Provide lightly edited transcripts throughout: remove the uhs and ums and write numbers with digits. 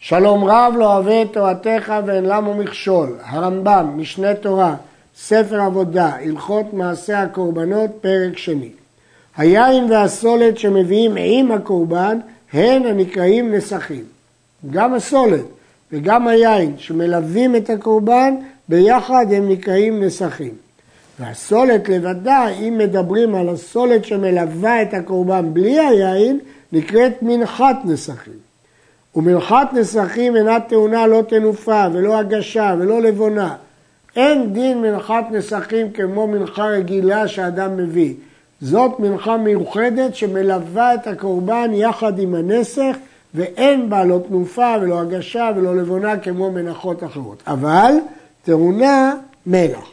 שלום רב לא אוהב את תורתך ואין למו מכשול. הרמב"ם, משנה תורה, ספר עבודה, הלכות מעשה הקורבנות, פרק שני. היין והסולת שמביאים עם הקורבן הן הנקראים נסכים. גם הסולת וגם היין שמלווים את הקורבן ביחד הם נקראים נסכים. והסולת לבדה, אם מדברים על הסולת שמלווה את הקורבן בלי היין, נקראת מנחת נסכים. ומנחת נסכים אינה טעונה לא תנופה ולא הגשה ולא לבונה. אין דין מנחת נסכים כמו מנחה רגילה שאדם מביא. זאת מנחה מיוחדת שמלווה את הקורבן יחד עם הנסך, ואין בה לא תנופה ולא הגשה ולא לבונה כמו מנחות אחרות. אבל טעונה מלח.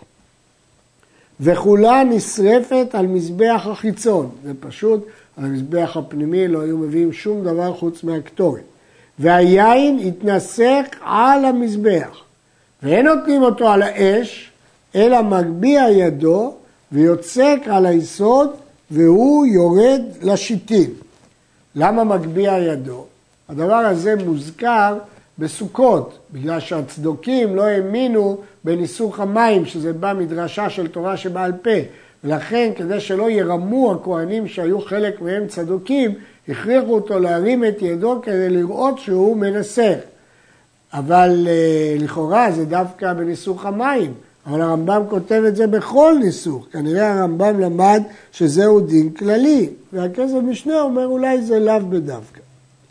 וכולה נשרפת על מזבח החיצון. זה פשוט, על המזבח הפנימי לא היו מביאים שום דבר חוץ מהקטורת. והיין התנסך על המזבח. ואין נותנים אותו על האש, אלא מגביע ידו ויוצק על היסוד והוא יורד לשיטין. למה מגביע ידו? הדבר הזה מוזכר בסוכות, בגלל שהצדוקים לא האמינו בניסוך המים, שזה בא מדרשה של תורה שבעל פה. ולכן, כדי שלא ירמו הכהנים שהיו חלק מהם צדוקים, הכריחו אותו להרים את ידו כדי לראות שהוא מנסך. אבל לכאורה זה דווקא בניסוך המים. אבל הרמב"ם כותב את זה בכל ניסוך. כנראה הרמב"ם למד שזהו דין כללי. והכסף משנה אומר אולי זה לאו בדווקא.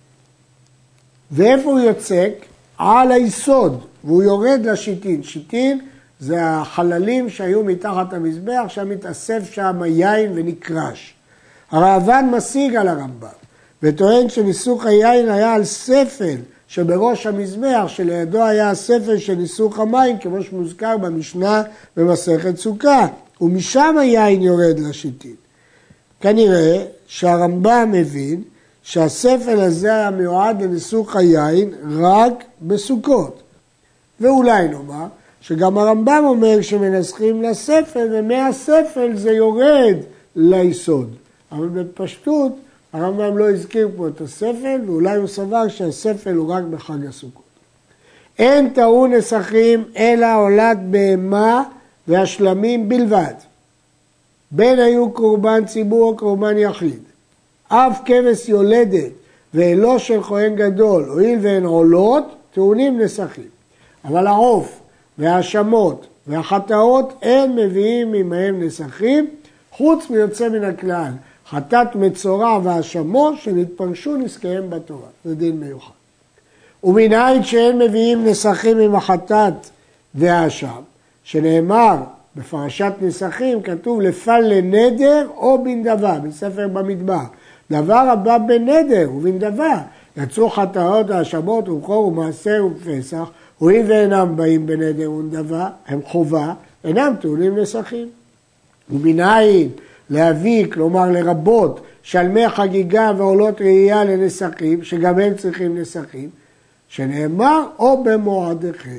ואיפה הוא יוצק? על היסוד. והוא יורד לשיטין. שיטין זה החללים שהיו מתחת המזבח, שם מתאסף שם היין ונקרש. הראב"ן משיג על הרמב"ם, וטוען שניסוך היין היה על ספל שבראש המזבח, שלידו היה הספל של ניסוך המים, כמו שמוזכר במשנה במסכת סוכה, ומשם היין יורד לשיטין. כנראה שהרמב"ם מבין שהספל הזה היה מיועד לניסוך היין רק בסוכות. ואולי נאמר שגם הרמב"ם אומר שמנסחים לספל, ומהספל זה יורד ליסוד. אבל בפשטות הרמב"ם לא הזכיר פה את הספל, ואולי הוא סבר שהספל הוא רק בחג הסוכות. אין טעון נסכים אלא עולת בהמה והשלמים בלבד. בין היו קורבן ציבור או קורבן יחיד. אף כבש יולדת ואלו של כהן גדול, הואיל והן עולות, טעונים נסכים. אבל העוף וההאשמות והחטאות אין מביאים עמהם נסכים, חוץ מיוצא מן הכלל. חטאת מצורע והאשמו שנתפרשו נזקיהם בתורה. זה דין מיוחד. ומנין שאין מביאים נסכים עם החטאת והאשם, שנאמר בפרשת נסכים, כתוב לפל לנדר או בנדבה, בספר במדבר. דבר הבא בנדר ובנדבה. יצאו חטאות והאשמות ובכור ומעשר ופסח, הואיל ואינם באים בנדר ובנדבה, הם חובה, אינם טעונים נסכים. ומנין להביא, כלומר לרבות, שלמי חגיגה ועולות ראייה לנסכים, שגם הם צריכים נסכים, שנאמר או במועדיכם.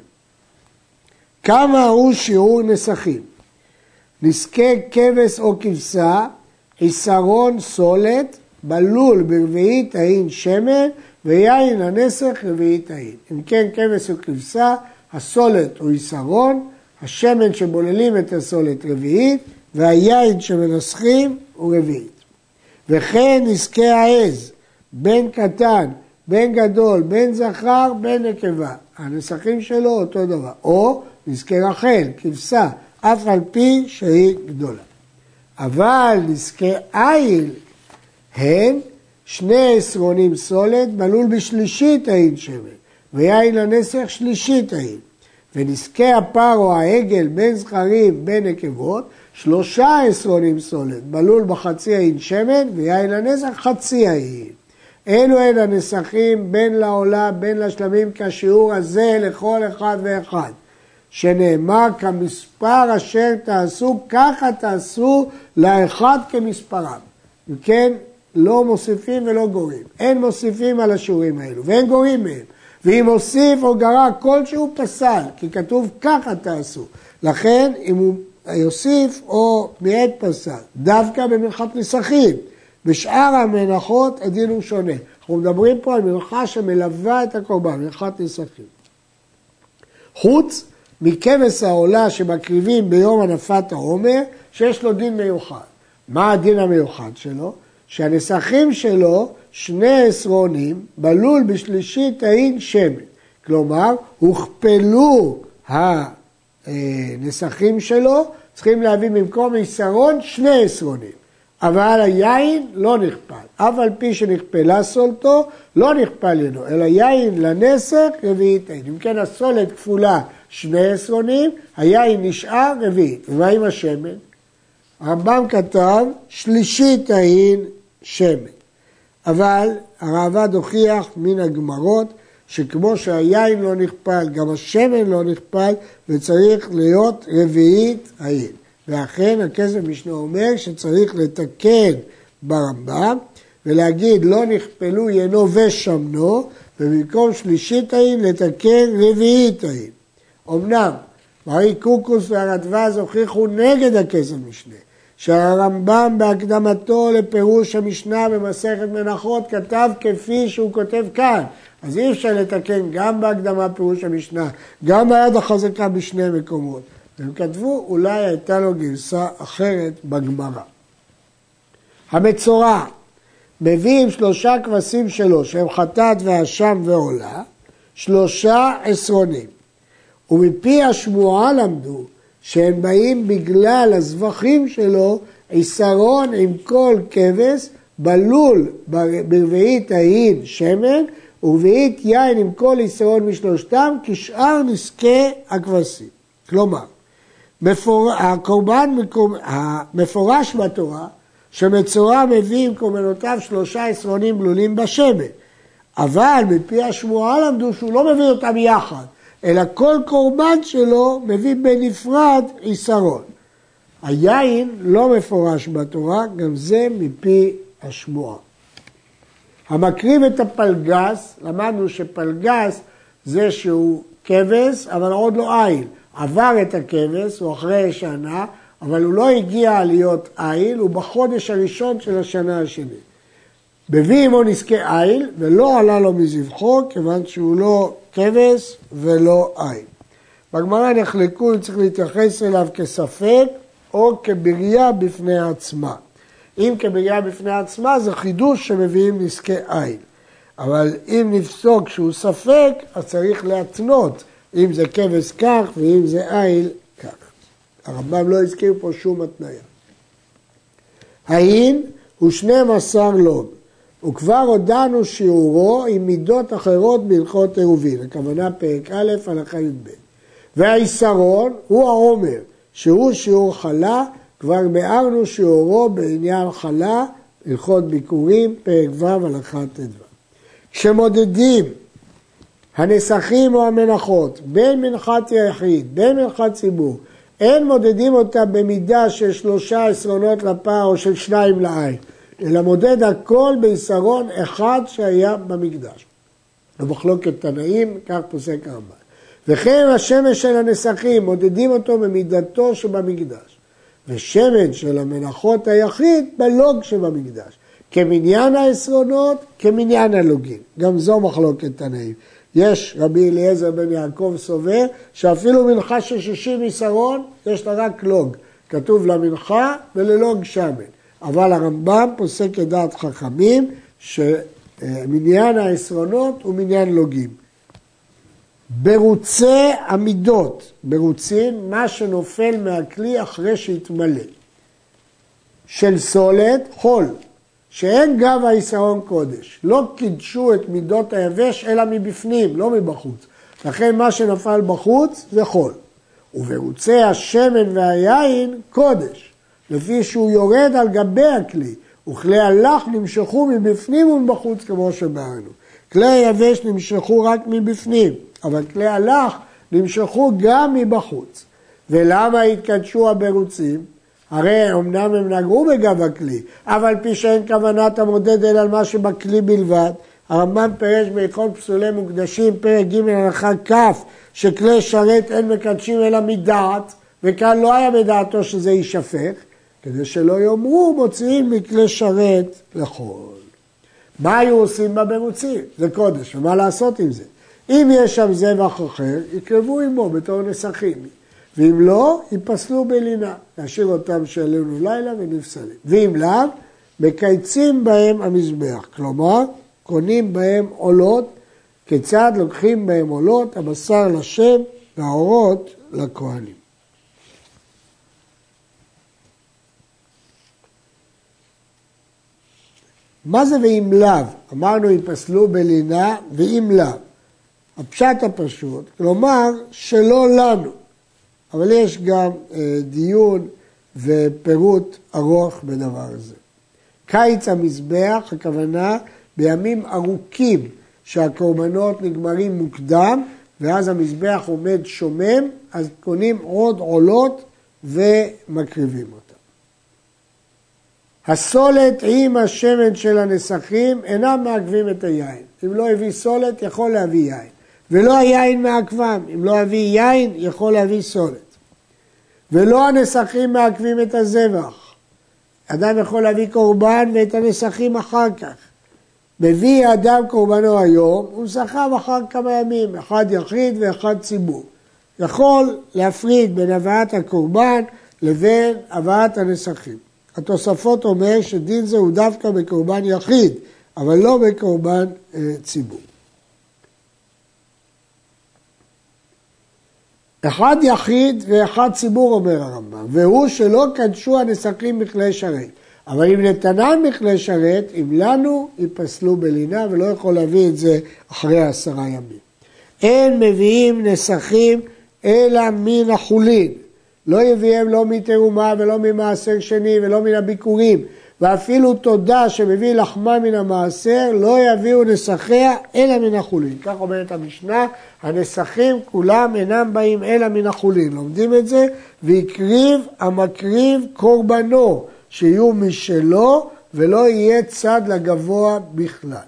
כמה הוא שיעור נסכים? נזקי כבש או כבשה, חיסרון סולת, בלול ברביעית העין שמן, ויין הנסך רביעית העין. אם כן כבש או כבשה, הסולת הוא חיסרון, השמן שבוללים את הסולת רביעית, והיין שמנסחים הוא רביעית. וכן נזקי העז, בין קטן, בין גדול, בין זכר, בין נקבה. הנסחים שלו אותו דבר. או נזקי רחל, כבשה, אף על פי שהיא גדולה. אבל נזקי עיל הן 2 עשרונים סולת, בלול בשלישית העין שמן, ויין הנסך שלישית העין. ונזקי הפר או העגל בין זכרים בין נקבות, 3 עשרונים סולת, בלול בחצי העין שמן, ויין הנסך חצי העין. אלו הן הנסכים בין לעולה, בין לשלמים, כשיעור הזה לכל אחד ואחד. שנאמר כמספר אשר תעשו, ככה תעשו לאחד כמספרם. וכן, לא מוסיפים ולא גורים. אין מוסיפים על השיעורים האלו, ואין גורים מהם. ואם הוסיף או גרע כלשהו פסל, כי כתוב ככה תעשו. לכן, אם הוא יוסיף או מיעט פסל, דווקא במנחת נסכים, בשאר המנחות הדין הוא שונה. אנחנו מדברים פה על מנחה שמלווה את הקורבן, מנחת נסכים. חוץ מכבש העולה שמקריבים ביום הנפת העומר, שיש לו דין מיוחד. מה הדין המיוחד שלו? שהנסכים שלו 2 עשרונים בלול בשלישי טעין שמן. כלומר, הוכפלו הנסכים שלו, צריכים להביא במקום עשרון 2 עשרונים. אבל היין לא נכפל. אף על פי שנכפלה סולתו, לא נכפל ינו, אלא יין לנסך רביעית טעין. אם כן, הסולת כפולה 2 עשרונים, היין נשאר רביעית. ומה עם השמן? הרמב"ם כתב שלישי טעין שמן. אבל הראב"ד הוכיח מן הגמרות שכמו שהיין לא נכפל, גם השמן לא נכפל, וצריך להיות רביעית היין. ואכן הכסף משנה אומר שצריך לתקן ברמב"ם ולהגיד לא נכפלו ינו ושמנו, ובמקום שלישית היין לתקן רביעית היין. אמנם מרי קוקוס והרדב"ז הוכיחו נגד הכסף משנה, שהרמב"ם בהקדמתו לפירוש המשנה במסכת מנחות כתב כפי שהוא כותב כאן. אז אי אפשר לתקן גם בהקדמה פירוש המשנה, גם ביד החזקה בשני מקומות. והם כתבו, אולי הייתה לו גרסה אחרת בגמרא. המצורע מביא עם 3 כבשים שלו, שהם חטאת ואשם ועולה, 3 עשרונים. ומפי השמועה למדו, שהם באים בגלל הזבחים שלו, עשרון עם כל כבש, בלול ברביעית היין שמן, ורביעית יין עם כל עשרון משלושתם, כשאר נזקי הכבשים. כלומר, הקורבן המפורש בתורה, שמצורע מביא עם קורבנותיו 3 עשרונים בלולים בשמן. אבל מפי השמועה למדו שהוא לא מביא אותם יחד, אלא כל קורבן שלו מביא בנפרד עשרון. היין לא מפורש בתורה, גם זה מפי השמועה. המקריב את הפלגס, למדנו שפלגס זה שהוא כבש, אבל עוד לא עיל. עבר את הכבש, הוא אחרי שנה, אבל הוא לא הגיע להיות עיל, הוא בחודש הראשון של השנה השני. מביא עמו נזקי עיל, ולא עלה לו מזבחו, כיוון שהוא לא כבש ולא עיל. בגמרא נחלקו אם צריך להתייחס אליו כספק, או כבריה בפני עצמה. אם כבריה בפני עצמה, זה חידוש שמביאים נזקי עיל. אבל אם נפסוק שהוא ספק, אז צריך להתנות, אם זה כבש כך ואם זה עיל כך. הרמב"ם לא הזכיר פה שום התניה. העין הוא 12 לון, וכבר הודענו שיעורו עם מידות אחרות בהלכות עירובין, הכוונה פרק א' הלכה י"ב. והעשרון הוא העומר, שהוא שיעור חלה, כבר ביארנו שיעורו בעניין חלה, הלכות ביקורים, פרק ו' הלכה ט"ו. כשמודדים הנסכים או המנחות, בין מנחת יחיד, בין מנחת ציבור, אין מודדים אותה במידה של 3 עשרונות לפער או של 2 לעין, אלא מודד הכל בעשרון אחד שהיה במקדש. במחלוקת תנאים, כך פוסק הרמב"ם. וכן השמש של הנסכים, מודדים אותו במידתו שבמקדש. ושמן של המנחות היחיד בלוג שבמקדש. כמניין העשרונות, כמניין הלוגים. גם זו מחלוקת תנאים. יש רבי אליעזר בן יעקב סובר, שאפילו מנחה של 60 עשרון, יש לה רק לוג. כתוב למנחה וללוג שמן. אבל הרמב"ם פוסק כדעת חכמים, שמניין העשרונות הוא מניין לוגים. ברוצי המידות, ברוצים, מה שנופל מהכלי אחרי שהתמלא. של סולת, חול, שאין גב העשרון קודש. לא קידשו את מידות היבש, אלא מבפנים, לא מבחוץ. לכן מה שנפל בחוץ זה חול. וברוצי השמן והיין, קודש. לפי שהוא יורד על גבי הכלי. וכלי הלך נמשכו מבפנים ומבחוץ, כמו שבארנו. כלי היבש נמשכו רק מבפנים. אבל כלי הלך נמשכו גם מבחוץ. ולמה התקדשו הברוצים? הרי אמנם הם נגעו בגב הכלי, אבל פי שאין כוונת המודד אלא על מה שבכלי בלבד. הרמב"ם פירש בהלכות פסולי מוקדשים, פרק ג' הלכה כ', שכלי שרת אין מקדשים אלא מדעת, וכאן לא היה בדעתו שזה יישפך, כדי שלא יאמרו מוציאים מכלי שרת לחול. מה היו עושים במרוצים? זה קודש, ומה לעשות עם זה? אם יש שם זבח אחר, יקרבו עמו בתור נסכים. ואם לא, ייפסלו בלינה. להשאיר אותם שעלינו לילה ונפסלים. ואם לאו, מקייצים בהם המזבח. כלומר, קונים בהם עולות. כיצד לוקחים בהם עולות, הבשר לשם והאורות לכהנים. מה זה ואם לאו? אמרנו ייפסלו בלינה ואם לאו. הפשט הפשוט, כלומר שלא לנו. אבל יש גם דיון ופירוט ארוך בדבר הזה. קיץ המזבח, הכוונה בימים ארוכים שהקורבנות נגמרים מוקדם, ואז המזבח עומד שומם, אז קונים עוד עולות ומקריבים אותם. הסולת עם השמן של הנסכים אינם מעכבים את היין. אם לא הביא סולת, יכול להביא יין. ולא היין מעכבם. אם לא הביא יין, יכול להביא סולת. ולא הנסכים מעכבים את הזבח. אדם יכול להביא קורבן ואת הנסכים אחר כך. מביא האדם קורבנו היום, הוא מסחב אחר כמה ימים, אחד יחיד ואחד ציבור. יכול להפריד בין הבאת הקורבן לבין הבאת הנסכים. התוספות אומר שדין זה הוא דווקא בקורבן יחיד, אבל לא בקורבן ציבור. אחד יחיד ואחד ציבור אומר הרמב"ם, והוא שלא קדשו הנסכים בכלי שרת. אבל אם נתנן בכלי שרת, אם לנו ייפסלו בלינה ולא יכול להביא את זה אחרי 10 ימים. אין מביאים נסכים אלא מן החולין. לא יביאם לא מתרומה ולא ממעשר שני ולא מן הביקורים. ואפילו תודה שמביא לחמה מן המעשר, לא יביאו נסחיה אלא מן החולין. כך אומרת המשנה, הנסכים כולם אינם באים אלא מן החולין. לומדים את זה, ויקריב המקריב קורבנו, שיהיו משלו ולא יהיה צד לגבוה בכלל.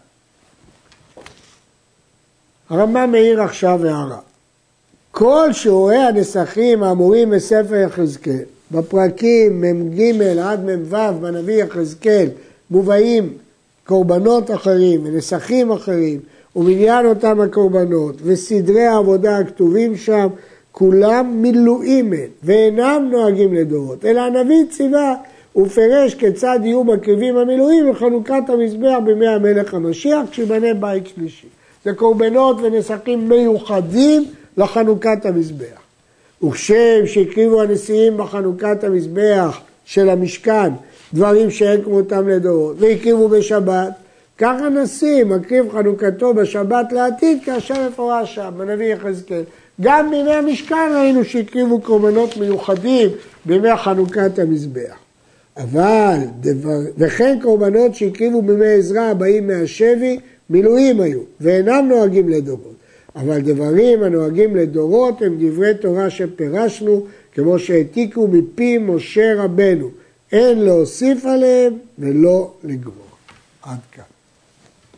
הרמב"ם מעיר עכשיו הערה. כל שיעורי הנסכים האמורים בספר יחזקאל, בפרקים מ"ג עד מ"ו בנביא יחזקאל, מובאים קורבנות אחרים ונסכים אחרים, ומניין אותם הקורבנות, וסדרי העבודה הכתובים שם, כולם מילואים הם, ואינם נוהגים לדורות, אלא הנביא ציווה, ופרש כיצד יהיו מקריבים המילואים וחנוכת המזבח בימי המלך המשיח, כשיבנה בית שלישי. זה קורבנות ונסכים מיוחדים לחנוכת המזבח. וכשם שהקריבו הנשיאים בחנוכת המזבח של המשכן, דברים שאין כמותם לדורות, והקריבו בשבת, כך הנשיא מקריב חנוכתו בשבת לעתיד, כאשר מפורש שם, בנביא יחזקאל. גם בימי המשכן ראינו שהקריבו קורבנות מיוחדים בימי חנוכת המזבח. אבל, וכן קורבנות שהקריבו בימי עזרא הבאים מהשבי, מילואים היו, ואינם נוהגים לדורות. אבל דברים הנוהגים לדורות הם דברי תורה שפירשנו, כמו שהעתיקו מפי משה רבנו. אין להוסיף עליהם ולא לגרוע. עד כאן.